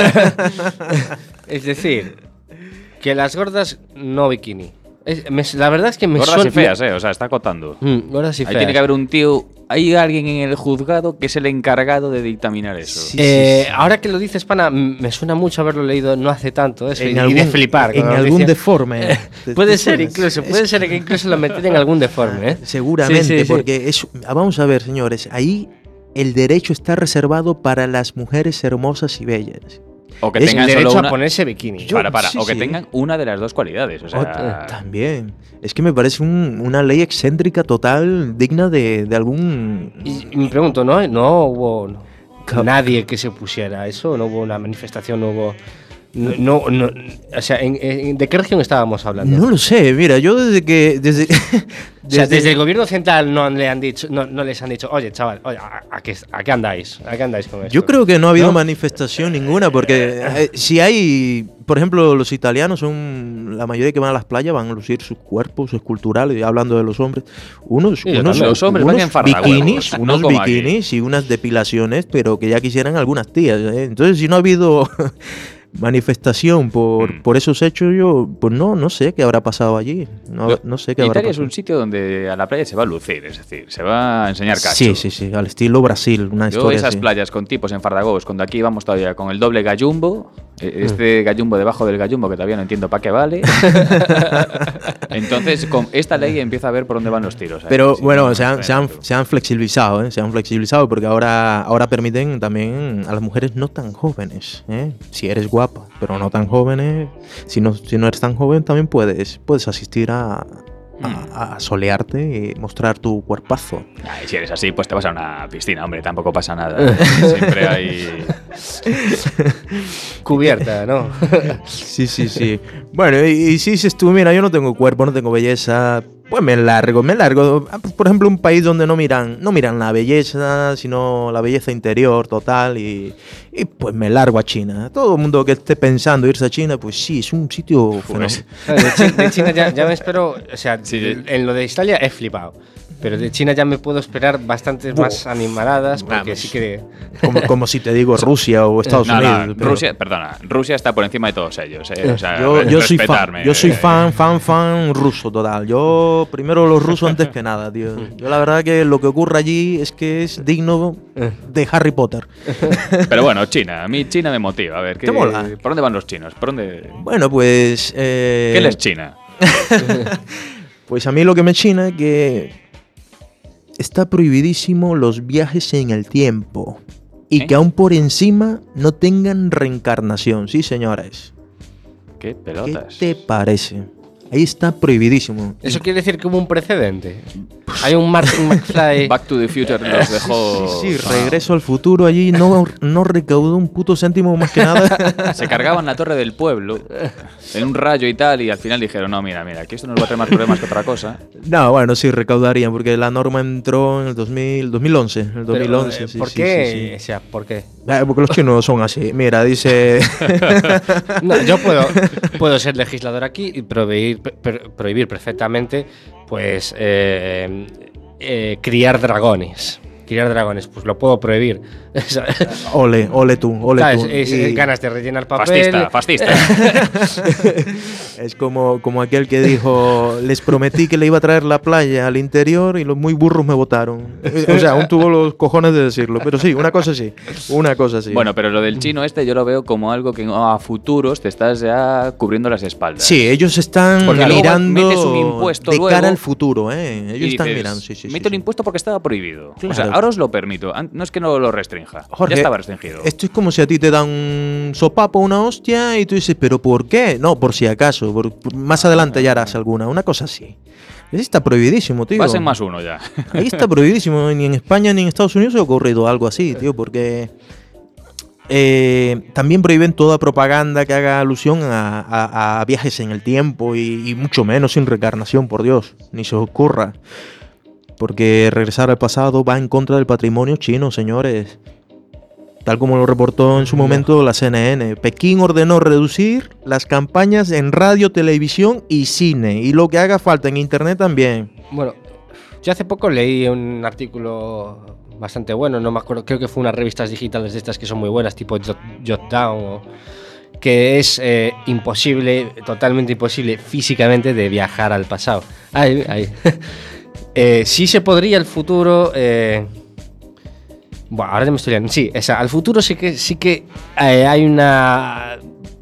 ahí.
Es decir, que las gordas no bikini. La verdad es que me
gordas y feas, o sea, está acotando.
Gordas y feas.
Ahí tiene que haber un tío. Hay alguien en el juzgado que es el encargado de dictaminar eso.
Sí. Ahora que lo dices, pana, me suena mucho haberlo leído no hace tanto eso y de flipar.
En algún deforme.
Puede ser que incluso lo meten en algún deforme. ¿Eh?
Seguramente,
Sí.
porque vamos a ver, señores, ahí el derecho está reservado para las mujeres hermosas y bellas.
O que
Es
tengan
el derecho
solo una...
a ponerse bikini.
Sí,
o que
sí.
tengan una de las dos cualidades. O sea...
También. Es que me parece una ley excéntrica total, digna de algún...
Y me pregunto, ¿no hubo nadie que se opusiera a eso? ¿No hubo una manifestación? ¿No hubo...? No, o sea, ¿de qué región estábamos hablando?
No lo sé, mira, yo desde
o sea, desde el gobierno central no les han dicho, oye, chaval, ¿a qué andáis? ¿A qué andáis con esto?
Yo creo que no ha habido manifestación ninguna, porque si hay, por ejemplo, los italianos son la mayoría que van a las playas, van a lucir sus cuerpos esculturales, y hablando de los hombres, unos
los hombres van en fardahuevos,
bikinis,
no como aquí.
y unas depilaciones, pero que ya quisieran algunas tías, ¿eh? Entonces, si no ha habido manifestación por esos hechos, yo pues no sé qué habrá pasado allí. No sé qué habrá
Italia
pasado.
es un sitio donde a la playa se va a lucir, es decir, se va a enseñar cacho.
Sí, al estilo Brasil, una
Yo
historia
esas
así.
playas con tipos en fardagos, cuando aquí vamos todavía con el doble gallumbo, este gallumbo debajo del gallumbo que todavía no entiendo para qué vale. Entonces, con esta ley empieza a ver por dónde van los tiros.
Pero
Sí,
bueno,
no,
se han flexibilizado, se han flexibilizado porque ahora permiten también a las mujeres no tan jóvenes, si eres guapa, pero no tan jóvenes, si no eres tan joven también puedes asistir a solearte y mostrar tu cuerpazo.
Ay, si eres así, pues te vas a una piscina, hombre, tampoco pasa nada. Siempre hay...
Cubierta, ¿no?
Sí. Bueno, y si dices tú, mira, yo no tengo cuerpo, no tengo belleza, pues me largo. Por ejemplo, un país donde no miran la belleza, sino la belleza interior total y pues me largo a China. Todo el mundo que esté pensando irse a China, pues sí, es un sitio fenomenal.
De China ya me espero, o sea, en lo de Italia he flipado. Pero de China ya me puedo esperar bastantes más animaladas, porque
vamos.
sí que...
Como si te digo Rusia o Estados Unidos.
No,
pero-
Rusia está por encima de todos ellos. O sea,
yo soy
respetarme.
fan ruso total. Yo primero los rusos antes que nada, tío. Yo la verdad que lo que ocurre allí es que es digno de Harry Potter.
Pero bueno, China. A mí China me motiva. A ver,
¿Te mola?
¿por dónde van los chinos? ¿Por dónde...?
Bueno, pues...
¿Qué les China?
Pues a mí lo que me china es que está prohibidísimo los viajes en el tiempo y que aún por encima no tengan reencarnación, sí señores.
¿Qué
¿Qué
pelotas?
te parece? Ahí está prohibidísimo.
Eso quiere decir que hubo un precedente. Hay un Martin McFly.
Back to the Future los dejó...
Sí, Regreso al Futuro allí no recaudó un puto céntimo más que nada.
Se cargaban la torre del pueblo en un rayo y tal, y al final dijeron, no, mira, que esto nos va a traer más problemas que otra cosa.
No, bueno, sí, recaudarían, porque la norma entró en el 2011. En el 2011,
Pero,
sí,
¿por
sí,
qué?
sí, sí.
O sea, ¿por qué?
Porque los chinos son así. Mira, dice...
No, yo puedo ser legislador aquí y prohibir perfectamente, pues, criar dragones. Criar dragones, pues lo puedo prohibir.
Ole tú.
¿Sabes?
Y
Ganas de rellenar papel.
Fascista.
es como aquel que dijo, les prometí que le iba a traer la playa al interior y los muy burros me votaron. O sea, aún tuvo los cojones de decirlo. Pero sí, una cosa sí.
Bueno, pero lo del chino yo lo veo como algo que a futuros te estás ya cubriendo las espaldas.
Sí, ellos están
Porque luego
mirando
metes un impuesto
de
luego
cara al futuro, ¿eh? Ellos
y
están
dices,
mirando, sí.
meto el impuesto porque estaba prohibido.
Claro.
O sea, ahora os lo permito. No es que no lo restrinja.
Jorge,
ya estaba restringido.
Esto es como si a ti te dan un sopapo, una hostia, y tú dices, ¿pero por qué? No, por si acaso. Más adelante ya harás alguna. Una cosa así. Está prohibidísimo, tío.
Vas en +1 ya.
Ahí está prohibidísimo. Ni en España ni en Estados Unidos ha ocurrido algo así, tío, porque también prohíben toda propaganda que haga alusión a viajes en el tiempo y mucho menos sin reencarnación, por Dios. Ni se os ocurra. Porque regresar al pasado va en contra del patrimonio chino, señores. Tal como lo reportó en su momento la CNN. Pekín ordenó reducir las campañas en radio, televisión y cine. Y lo que haga falta en internet también.
Bueno, yo hace poco leí un artículo bastante bueno, no me acuerdo, creo que fue unas revistas digitales de estas que son muy buenas, tipo Jotdown, que es totalmente imposible físicamente de viajar al pasado. Ahí. Sí se podría el futuro. Bueno, ahora me estoy liando. Sí, al futuro sí que hay una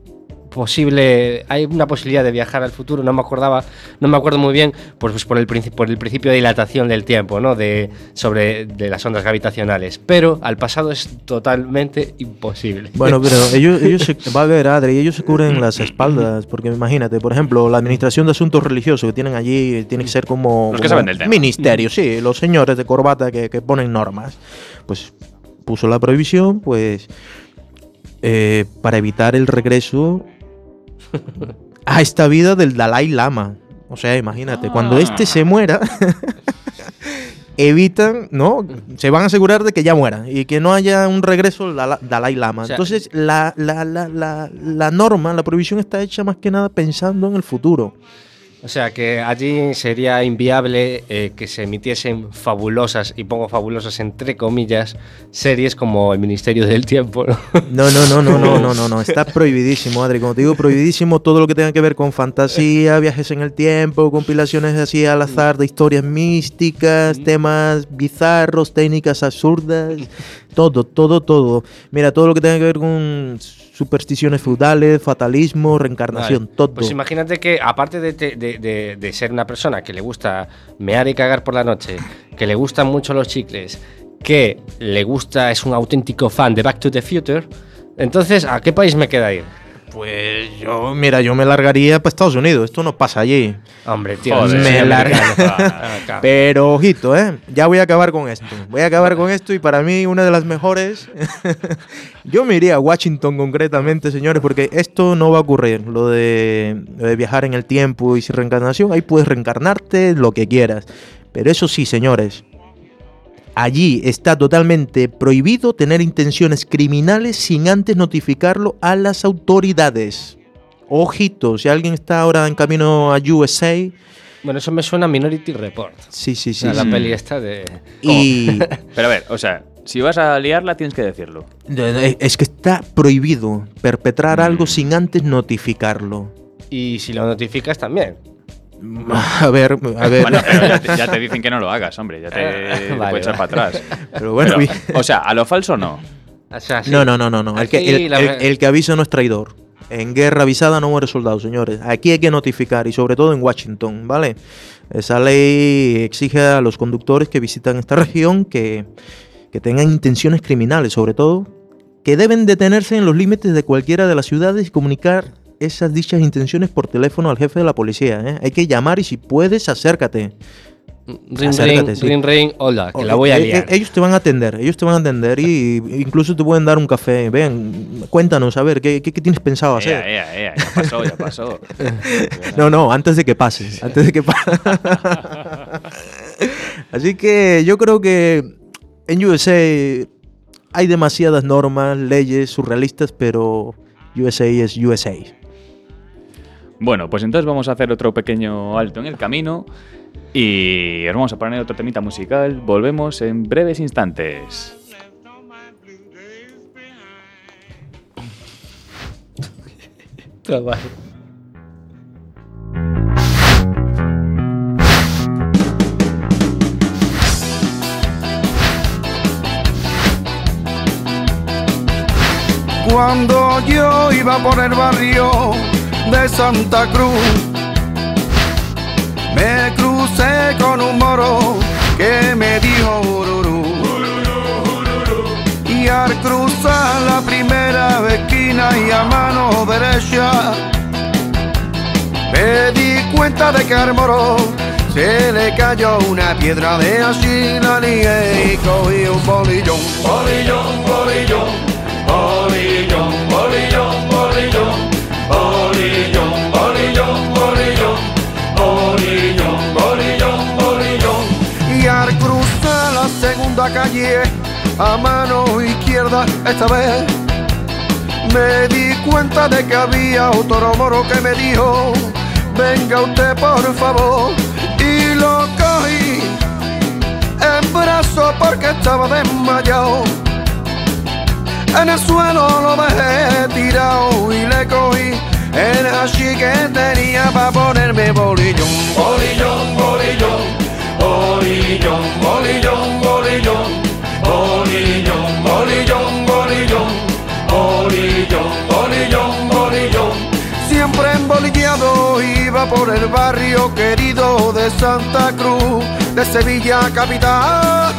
posibilidad de viajar al futuro. No me acuerdo muy bien, pues por el principio de dilatación del tiempo, ¿no? de las ondas gravitacionales. Pero al pasado es totalmente imposible.
Bueno, pero ellos va a ver, Adri, ellos se cubren las espaldas, porque imagínate, por ejemplo, la Administración de Asuntos Religiosos que tienen allí tiene que ser como
Los que saben del tema.
Ministerio, sí, los señores de corbata que ponen normas. Pues puso la prohibición, pues para evitar el regreso a esta vida del Dalai Lama. O sea, imagínate, cuando este se muera, evitan, ¿no? Se van a asegurar de que ya muera y que no haya un regreso al Dalai Lama. O sea, entonces, la norma, la prohibición está hecha más que nada pensando en el futuro.
O sea, que allí sería inviable que se emitiesen fabulosas, y pongo fabulosas entre comillas, series como El Ministerio del Tiempo, ¿no?
No. Está prohibidísimo, Adri. Como te digo, prohibidísimo todo lo que tenga que ver con fantasía, viajes en el tiempo, compilaciones así al azar de historias místicas, temas bizarros, técnicas absurdas. Todo. Mira, todo lo que tenga que ver con supersticiones feudales, fatalismo, reencarnación,
vale.
todo.
Pues imagínate que, aparte de ser una persona que le gusta mear y cagar por la noche, que le gustan mucho los chicles, que es un auténtico fan de Back to the Future, entonces, ¿a qué país me queda ir?
Pues yo me largaría para Estados Unidos. Esto no pasa allí.
Hombre, tío.
Joder, me larga. Pero ojito, ya voy a acabar con esto. Y para mí una de las mejores, yo me iría a Washington concretamente, señores, porque esto no va a ocurrir. Lo de viajar en el tiempo y sin reencarnación, ahí puedes reencarnarte lo que quieras. Pero eso sí, señores, allí está totalmente prohibido tener intenciones criminales sin antes notificarlo a las autoridades. Ojito, si alguien está ahora en camino a USA...
Bueno, eso me suena a Minority Report.
Sí.
La peli esta de...
Pero a ver, o sea, si vas a liarla tienes que decirlo.
Es que está prohibido perpetrar algo sin antes notificarlo.
Y si lo notificas también.
A ver.
Bueno, pero ya te dicen que no lo hagas, hombre. Ya te puedes echar para atrás.
Pero bueno,
o sea, a lo falso no.
O sea, sí.
No. El que avisa no es traidor. En guerra avisada no muere soldado, señores. Aquí hay que notificar, y sobre todo en Washington, ¿vale? Esa ley exige a los conductores que visitan esta región que tengan intenciones criminales, sobre todo, que deben detenerse en los límites de cualquiera de las ciudades y comunicar esas dichas intenciones por teléfono al jefe de la policía, ¿eh? Hay que llamar y si puedes, acércate.
Ring,
sí.
ring, hola, que la voy a liar.
Ellos te van a atender y incluso te pueden dar un café. Ven, cuéntanos, a ver, ¿qué tienes pensado hacer?
Ya pasó.
No, antes de que pase. Así que yo creo que en USA hay demasiadas normas, leyes surrealistas, pero USA es USA.
Bueno, pues entonces vamos a hacer otro pequeño alto en el camino y os vamos a poner otro temita musical. Volvemos en breves instantes.
Trabajo.
Cuando yo iba por el barrio de Santa Cruz, me crucé con un moro que me dijo ururú. Y al cruzar la primera esquina y a mano derecha, me di cuenta de que al moro se le cayó una piedra de así, la lié y cogí un bolillón. Bolillón, bolillón. Bolillón, bolillón, bolillón, bolillón, bolillón, bolillón, bolillón, bolillón, bolillón. Y al cruzar la segunda calle a mano izquierda esta vez, me di cuenta de que había otro moro que me dijo: venga usted por favor. Y lo cogí en brazos porque estaba desmayado. En el suelo lo dejé tirado y le cogí el hashi que tenía para ponerme bolillón. Bolillón, bolillón, bolillón, bolillón, bolillón, bolillón, bolillón, bolillón, bolillón, bolillón, bolillón. Siempre embolillado iba por el barrio querido de Santa Cruz, de Sevilla capital.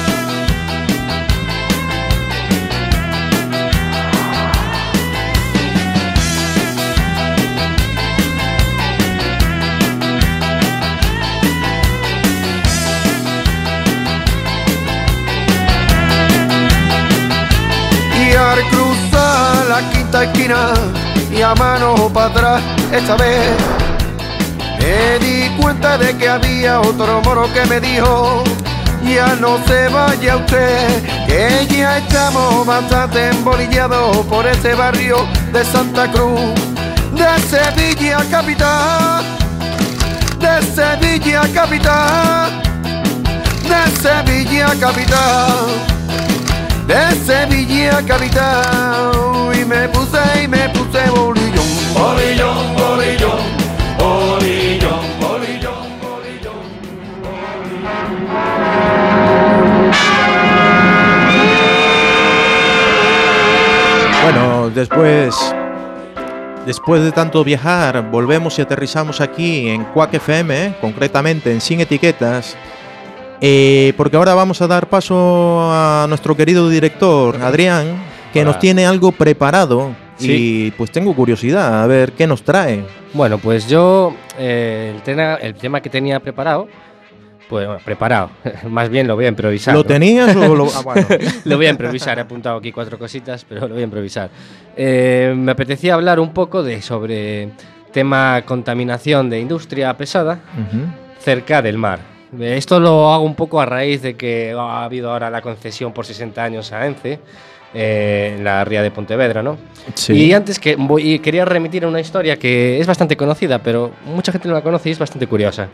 Al cruzar la quinta esquina y a mano para atrás esta vez, me di cuenta de que había otro moro que me dijo: ya no se vaya usted, que ya estamos bastante embolillados por ese barrio de Santa Cruz, de Sevilla capital, de Sevilla capital, de Sevilla capital, de Sevilla capital. Y me puse bolillón, bolillón, bolillón, bolillón, bolillón, bolillón.
Bueno, después de tanto viajar, volvemos y aterrizamos aquí en Quack FM, concretamente en Sin Etiquetas. Porque ahora vamos a dar paso a nuestro querido director, Adrián, que nos tiene algo preparado. Sí. Y pues tengo curiosidad, a ver qué nos trae.
Bueno, pues yo el tema que tenía preparado, pues bueno, preparado, más bien lo voy a improvisar.
¿Lo
¿no?
tenías o lo...? Ah, bueno.
Lo voy a improvisar, he apuntado aquí 4 cositas, pero lo voy a improvisar. Me apetecía hablar un poco sobre tema contaminación de industria pesada cerca del mar. Esto lo hago un poco a raíz de que ha habido ahora la concesión por 60 años a ENCE, en la ría de Pontevedra, ¿no? Sí. Y antes quería remitir a una historia que es bastante conocida, pero mucha gente no la conoce y es bastante curiosa.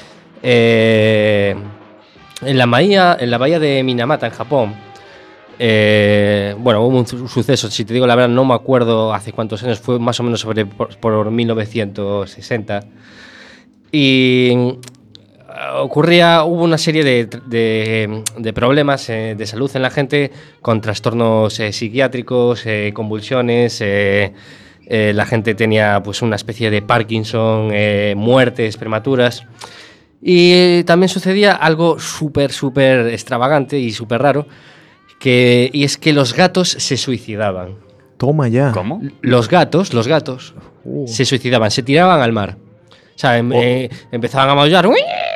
En la bahía de Minamata, en Japón, hubo un suceso, si te digo la verdad no me acuerdo hace cuántos años, fue más o menos por 1960, y hubo una serie de problemas de salud en la gente, con trastornos psiquiátricos, convulsiones, la gente tenía pues una especie de Parkinson, muertes prematuras, y también sucedía algo súper extravagante y súper raro, y es que los gatos se suicidaban.
Toma ya.
¿Cómo?
Los gatos se suicidaban, se tiraban al mar. O sea, empezaban a maullar,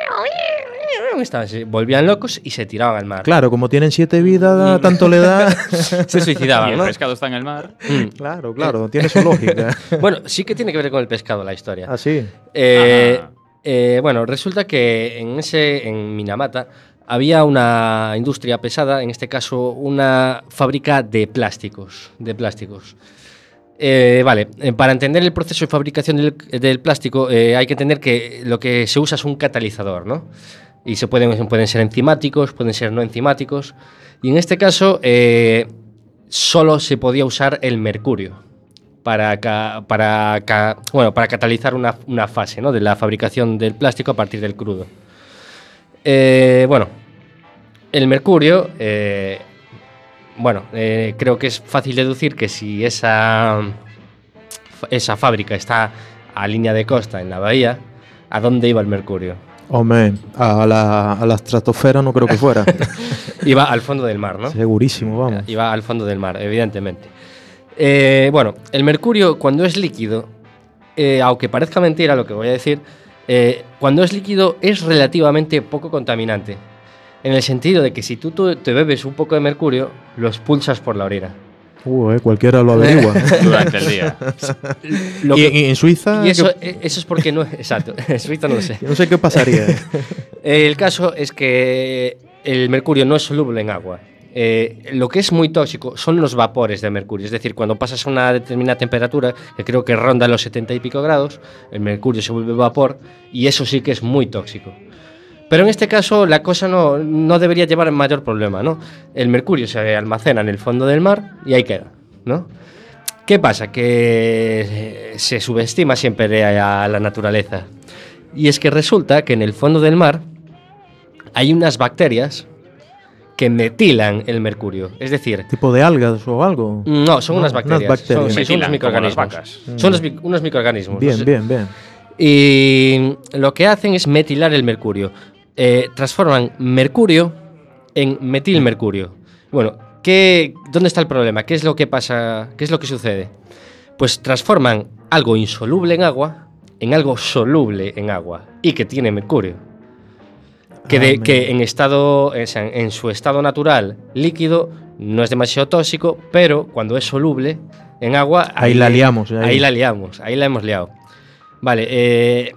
se volvían locos y se tiraban al mar.
Claro, como tienen 7 vidas, tanto le da.
Se
Y
suicidaban,
el
¿no?
pescado está en el mar.
Claro, tiene su lógica.
Bueno, sí que tiene que ver con el pescado la historia.
Así.
Bueno, resulta que en Minamata había una industria pesada, en este caso una fábrica de plásticos. Para entender el proceso de fabricación del plástico hay que entender que lo que se usa es un catalizador, ¿no? Y pueden ser enzimáticos, pueden ser no enzimáticos. Y en este caso solo se podía usar el mercurio para catalizar una fase, ¿no?, de la fabricación del plástico a partir del crudo. El mercurio, creo que es fácil deducir que si esa fábrica está a línea de costa en la bahía, ¿a dónde iba el mercurio?
Hombre, a la estratosfera no creo que fuera.
Iba al fondo del mar, ¿no?
Segurísimo, vamos.
Iba al fondo del mar, evidentemente. El mercurio, cuando es líquido, aunque parezca mentira lo que voy a decir, cuando es líquido es relativamente poco contaminante. En el sentido de que si tú te bebes un poco de mercurio, lo expulsas por la orina.
Cualquiera lo averigua.
Durante el día.
¿Y en Suiza?
Y eso es porque no... Exacto, en Suiza no lo sé.
No sé qué pasaría.
El caso es que el mercurio no es soluble en agua. Lo que es muy tóxico son los vapores de mercurio. Es decir, cuando pasas a una determinada temperatura, que creo que ronda los 70 y pico grados, el mercurio se vuelve vapor y eso sí que es muy tóxico. Pero en este caso la cosa no debería llevar mayor problema, ¿no? El mercurio se almacena en el fondo del mar y ahí queda, ¿no? ¿Qué pasa? Que se subestima siempre a la naturaleza. Y es que resulta que en el fondo del mar hay unas bacterias que metilan el mercurio. Es decir...
¿Tipo de algas o algo?
No, son unas bacterias. Son unos
Metilan,
microorganismos.
como las vacas.
Son unos microorganismos.
Bien.
Y lo que hacen es metilar el mercurio. Transforman mercurio en metilmercurio. Bueno, ¿dónde está el problema? ¿Qué es lo que pasa? ¿Qué es lo que sucede? Pues transforman algo insoluble en agua en algo soluble en agua y que tiene mercurio. Que en su estado natural líquido no es demasiado tóxico, pero cuando es soluble en agua...
Ahí la liamos.
Ahí la hemos liado. Vale,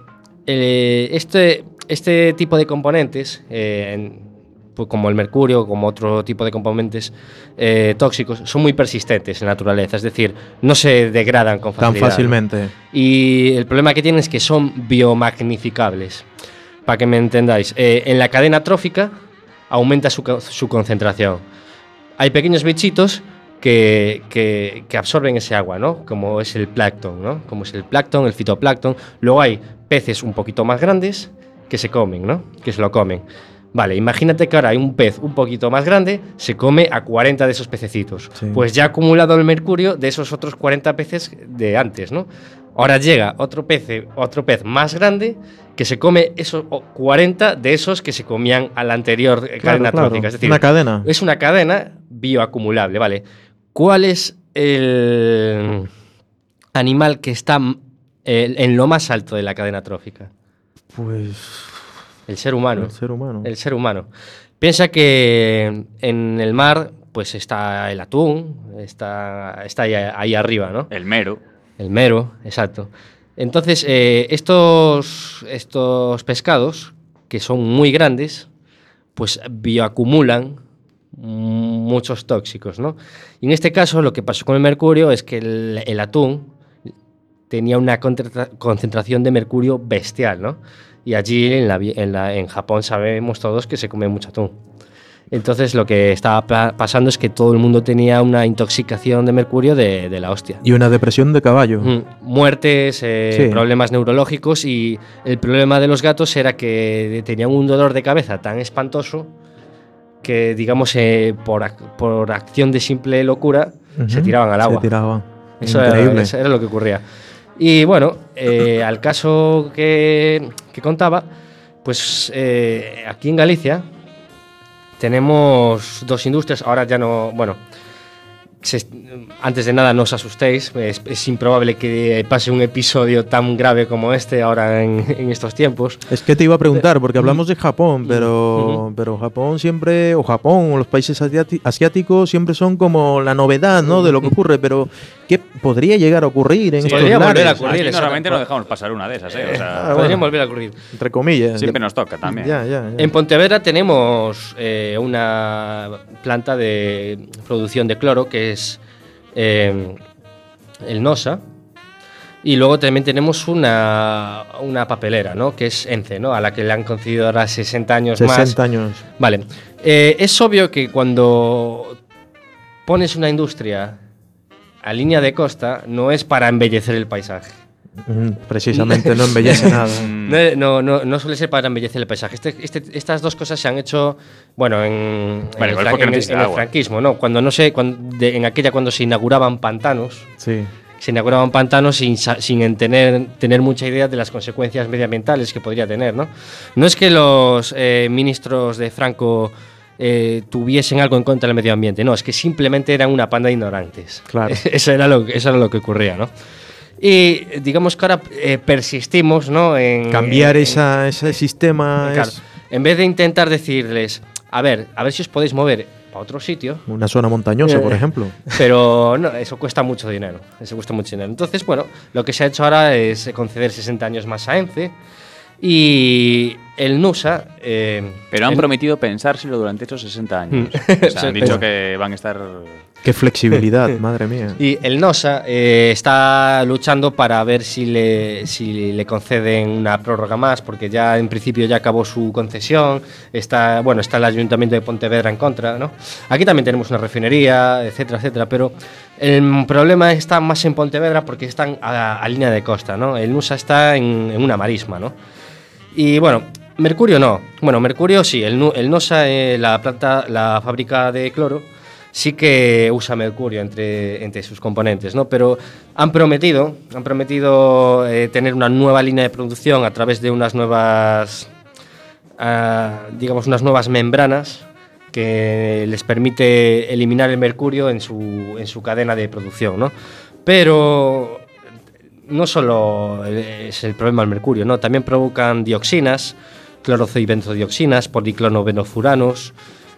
este tipo de componentes, pues como el mercurio, como otro tipo de componentes tóxicos, son muy persistentes en la naturaleza, es decir, no se degradan con facilidad.
Tan fácilmente.
¿No? Y el problema que tienen es que son biomagnificables. Para que me entendáis, en la cadena trófica aumenta su concentración. Hay pequeños bichitos que absorben ese agua, ¿no? Como es el plancton, ¿no? Como es el plancton, el fitoplancton. Luego hay peces un poquito más grandes que se comen, ¿no? Que se lo comen. Vale, imagínate que ahora hay un pez un poquito más grande, se come a 40 de esos pececitos. Sí. Pues ya ha acumulado el mercurio de esos otros 40 peces de antes, ¿no? Ahora llega otro pez más grande que se come esos 40 de esos que se comían a la anterior cadena trófica. Es decir,
una cadena.
Es una cadena bioacumulable, ¿vale? ¿Cuál es el animal que está en lo más alto de la cadena trófica?
Pues...
El ser humano.
El ser humano.
Piensa que en el mar pues está el atún, está ahí arriba, ¿no?
El mero.
El mero, exacto. Entonces, estos pescados, que son muy grandes, pues bioacumulan muchos tóxicos, ¿no? Y en este caso, lo que pasó con el mercurio es que el atún tenía una concentración de mercurio bestial, ¿no? Y allí en Japón sabemos todos que se come mucho atún. Entonces lo que estaba pasando es que todo el mundo tenía una intoxicación de mercurio de la hostia.
Y una depresión de caballo.
Muertes, sí. Problemas neurológicos, y el problema de los gatos era que tenían un dolor de cabeza tan espantoso que, digamos, por acción de simple locura, se tiraban al agua.
Se tiraban.
Eso era lo que ocurría. Y bueno, al caso que contaba, pues aquí en Galicia tenemos dos industrias, ahora ya no, bueno, antes de nada, no os asustéis. Es improbable que pase un episodio tan grave como este ahora en estos tiempos.
Es que te iba a preguntar, porque hablamos de Japón, pero Japón siempre, o Japón, o los países asiáticos siempre son como la novedad, ¿no? De lo que ocurre, pero ¿qué podría llegar a ocurrir en estos
podría volver a
lares?
ocurrir.
Aquí normalmente no dejamos pasar una de esas, ¿eh? O sea,
Podría volver a ocurrir.
Entre comillas.
siempre nos toca también.
Ya.
En Pontevedra tenemos una planta de producción de cloro que es el Nosa, y luego también tenemos una papelera, ¿no? Que es ENCE, ¿no? A la que le han concedido ahora 60 años más.
60 años.
Vale. Es obvio que cuando pones una industria a línea de costa no es para embellecer el paisaje.
Precisamente no embellece nada.
No suele ser para embellecer el paisaje. Estas dos cosas se han hecho, bueno, en el franquismo, ¿no? Cuando se inauguraban pantanos.
Sí.
Se inauguraban pantanos sin tener mucha idea de las consecuencias medioambientales que podría tener, ¿no? No es que los ministros de Franco tuviesen algo en contra del medio ambiente, no, es que simplemente eran una panda de ignorantes. Claro. Eso era lo que ocurría, ¿no? Y digamos que ahora persistimos, ¿no? En
cambiar ese sistema.
Claro, en vez de intentar decirles, a ver si os podéis mover para otro sitio.
Una zona montañosa, por ejemplo.
Pero no, eso cuesta mucho dinero. Entonces, bueno, lo que se ha hecho ahora es conceder 60 años más a ENCE. Y el NUSA...
pero han prometido pensárselo durante estos 60 años. O sea, han dicho que van a estar...
¡Qué flexibilidad, madre mía!
Y el NOSA está luchando para ver si le conceden una prórroga más, porque ya en principio ya acabó su concesión. Está el Ayuntamiento de Pontevedra en contra, ¿no? Aquí también tenemos una refinería, etcétera, etcétera, pero el problema está más en Pontevedra porque están a línea de costa, ¿no? El NUSA está en una marisma, ¿no? Y bueno, Mercurio no. Bueno, Mercurio sí, el NOSA, la fábrica de cloro, sí que usa mercurio entre sus componentes, ¿no? Pero han prometido tener una nueva línea de producción a través de unas nuevas membranas que les permite eliminar el mercurio en su cadena de producción, ¿no? Pero no solo es el problema del mercurio, ¿no? También provocan dioxinas, clorozo y benzodioxinas, policlonobenofuranos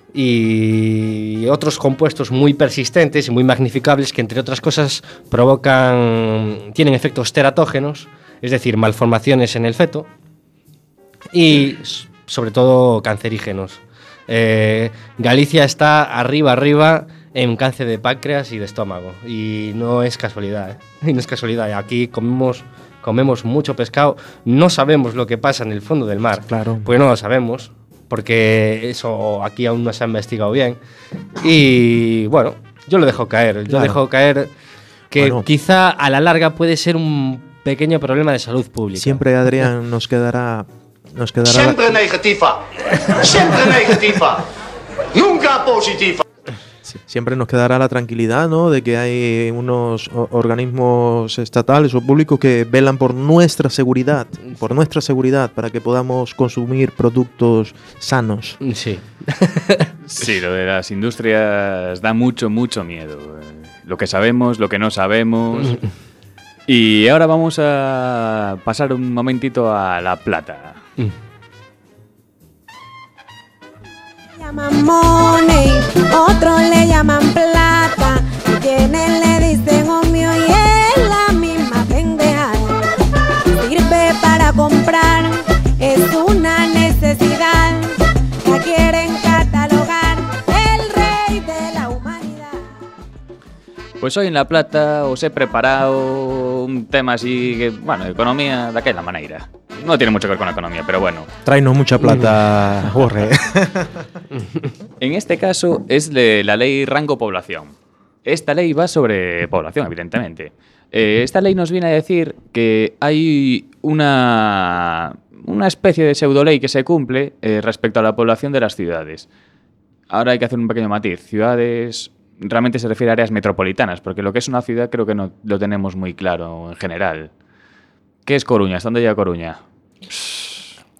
y otros compuestos muy persistentes y muy magnificables que, entre otras cosas, tienen efectos teratógenos, es decir, malformaciones en el feto y, sobre todo, cancerígenos. Galicia está arriba en cáncer de páncreas y de estómago, y no es casualidad, ¿eh? Y no es casualidad. Aquí comemos mucho pescado, no sabemos lo que pasa en el fondo del mar,
claro.
Pues no lo sabemos, porque eso aquí aún no se ha investigado bien. Y bueno, yo lo dejo caer. Que quizá a la larga puede ser un pequeño problema de salud pública.
Siempre, Adrián, nos quedará
Siempre negativa. Siempre negativa. Nunca positiva.
Siempre nos quedará la tranquilidad, ¿no?, de que hay unos organismos estatales o públicos que velan por nuestra seguridad, para que podamos consumir productos sanos.
Sí.
Sí, lo de las industrias da mucho miedo. Lo que sabemos, lo que no sabemos. Y ahora vamos a pasar un momentito a La Plata.
Llaman money, otros le llaman plata, y quienes le dicen omio y es la misma pendeja. Sirve para comprar, es una necesidad, la quieren catalogar, el rey de la humanidad.
Pues hoy en La Plata os he preparado un tema así que, bueno, economía de aquella manera. No tiene mucho que ver con la economía, pero bueno.
Tráenos mucha plata, Jorge.
En este caso es de la ley rango población. Esta ley va sobre población, evidentemente. Esta ley nos viene a decir que hay una especie de pseudoley que se cumple respecto a la población de las ciudades. Ahora hay que hacer un pequeño matiz. Ciudades realmente se refiere a áreas metropolitanas, porque lo que es una ciudad creo que no lo tenemos muy claro en general. ¿Qué es Coruña? ¿Hasta dónde llega Coruña?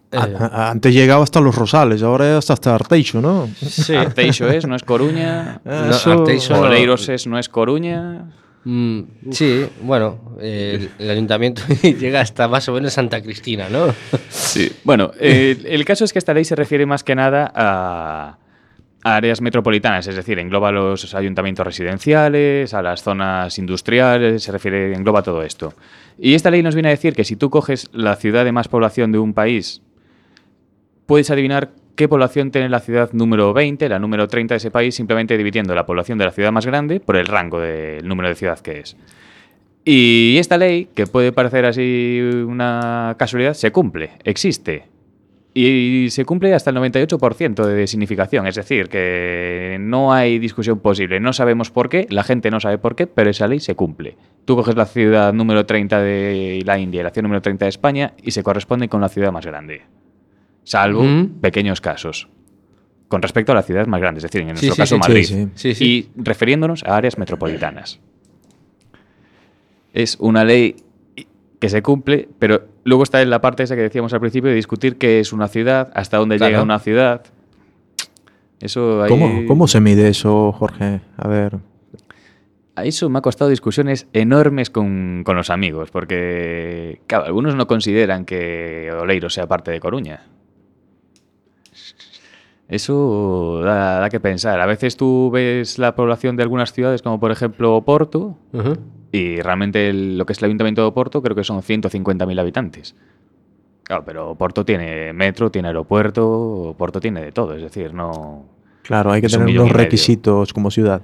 Antes llegaba hasta Los Rosales, ahora es hasta Arteixo, ¿no?
Sí.
Arteixo es, no es Coruña.
Arteixo
Oleiros es, no es Coruña.
Sí, bueno, el ayuntamiento llega hasta más o menos Santa Cristina, ¿no?
Sí, bueno, el caso es que esta ley se refiere más que nada a áreas metropolitanas, es decir, engloba los ayuntamientos residenciales, a las zonas industriales, engloba todo esto. Y esta ley nos viene a decir que si tú coges la ciudad de más población de un país, puedes adivinar qué población tiene la ciudad número 20, la número 30 de ese país, simplemente dividiendo la población de la ciudad más grande por el rango del número de ciudad que es. Y esta ley, que puede parecer así una casualidad, se cumple, existe. Y se cumple hasta el 98% de significación, es decir, que no hay discusión posible. No sabemos por qué, la gente no sabe por qué, pero esa ley se cumple. Tú coges la ciudad número 30 de la India y la ciudad número 30 de España y se corresponde con la ciudad más grande. Salvo pequeños casos. Con respecto a la ciudad más grande, es decir, en nuestro caso Madrid.
Sí.
Y refiriéndonos a áreas metropolitanas. Es una ley que se cumple, pero luego está en la parte esa que decíamos al principio de discutir qué es una ciudad, hasta dónde llega una ciudad. Eso ahí...
¿Cómo se mide eso, Jorge? A ver...
A eso me ha costado discusiones enormes con los amigos, porque claro, algunos no consideran que Oleiros sea parte de Coruña. Eso da que pensar. A veces tú ves la población de algunas ciudades, como por ejemplo Oporto, y realmente lo que es el Ayuntamiento de Oporto creo que son 150.000 habitantes. Claro, pero Oporto tiene metro, tiene aeropuerto, Oporto tiene de todo, es decir, no...
Claro, hay que tener unos requisitos como ciudad.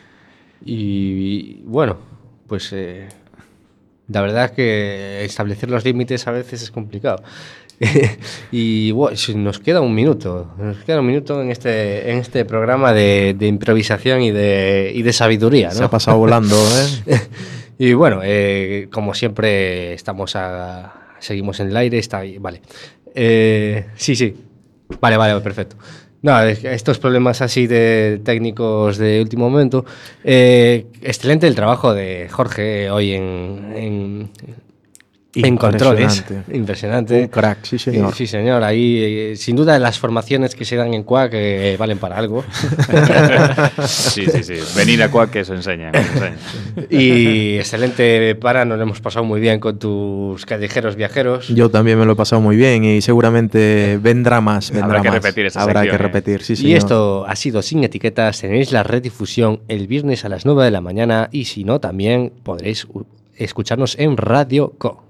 Y bueno, pues la verdad es que establecer los límites a veces es complicado. Y bueno, nos queda un minuto en este programa de improvisación y de sabiduría, ¿no? Se
ha pasado volando, ¿eh?
Y bueno, como siempre seguimos en el aire, está ahí, vale. Sí. Vale, perfecto. No, estos problemas así de técnicos de último momento. Excelente el trabajo de Jorge hoy en controles. Impresionante.
Un crack, sí señor.
Sí señor, ahí sin duda las formaciones que se dan en Quack valen para algo.
Sí. Venir a Quack que eso enseña.
Y excelente nos lo hemos pasado muy bien con tus callejeros viajeros.
Yo también me lo he pasado muy bien y seguramente vendrá más.
Habrá que repetir esa
sección. Habrá que repetir, sí señor.
Y esto ha sido Sin Etiquetas. Tenéis la redifusión el viernes a las 9 de la mañana y si no también podréis escucharnos en Radio Co.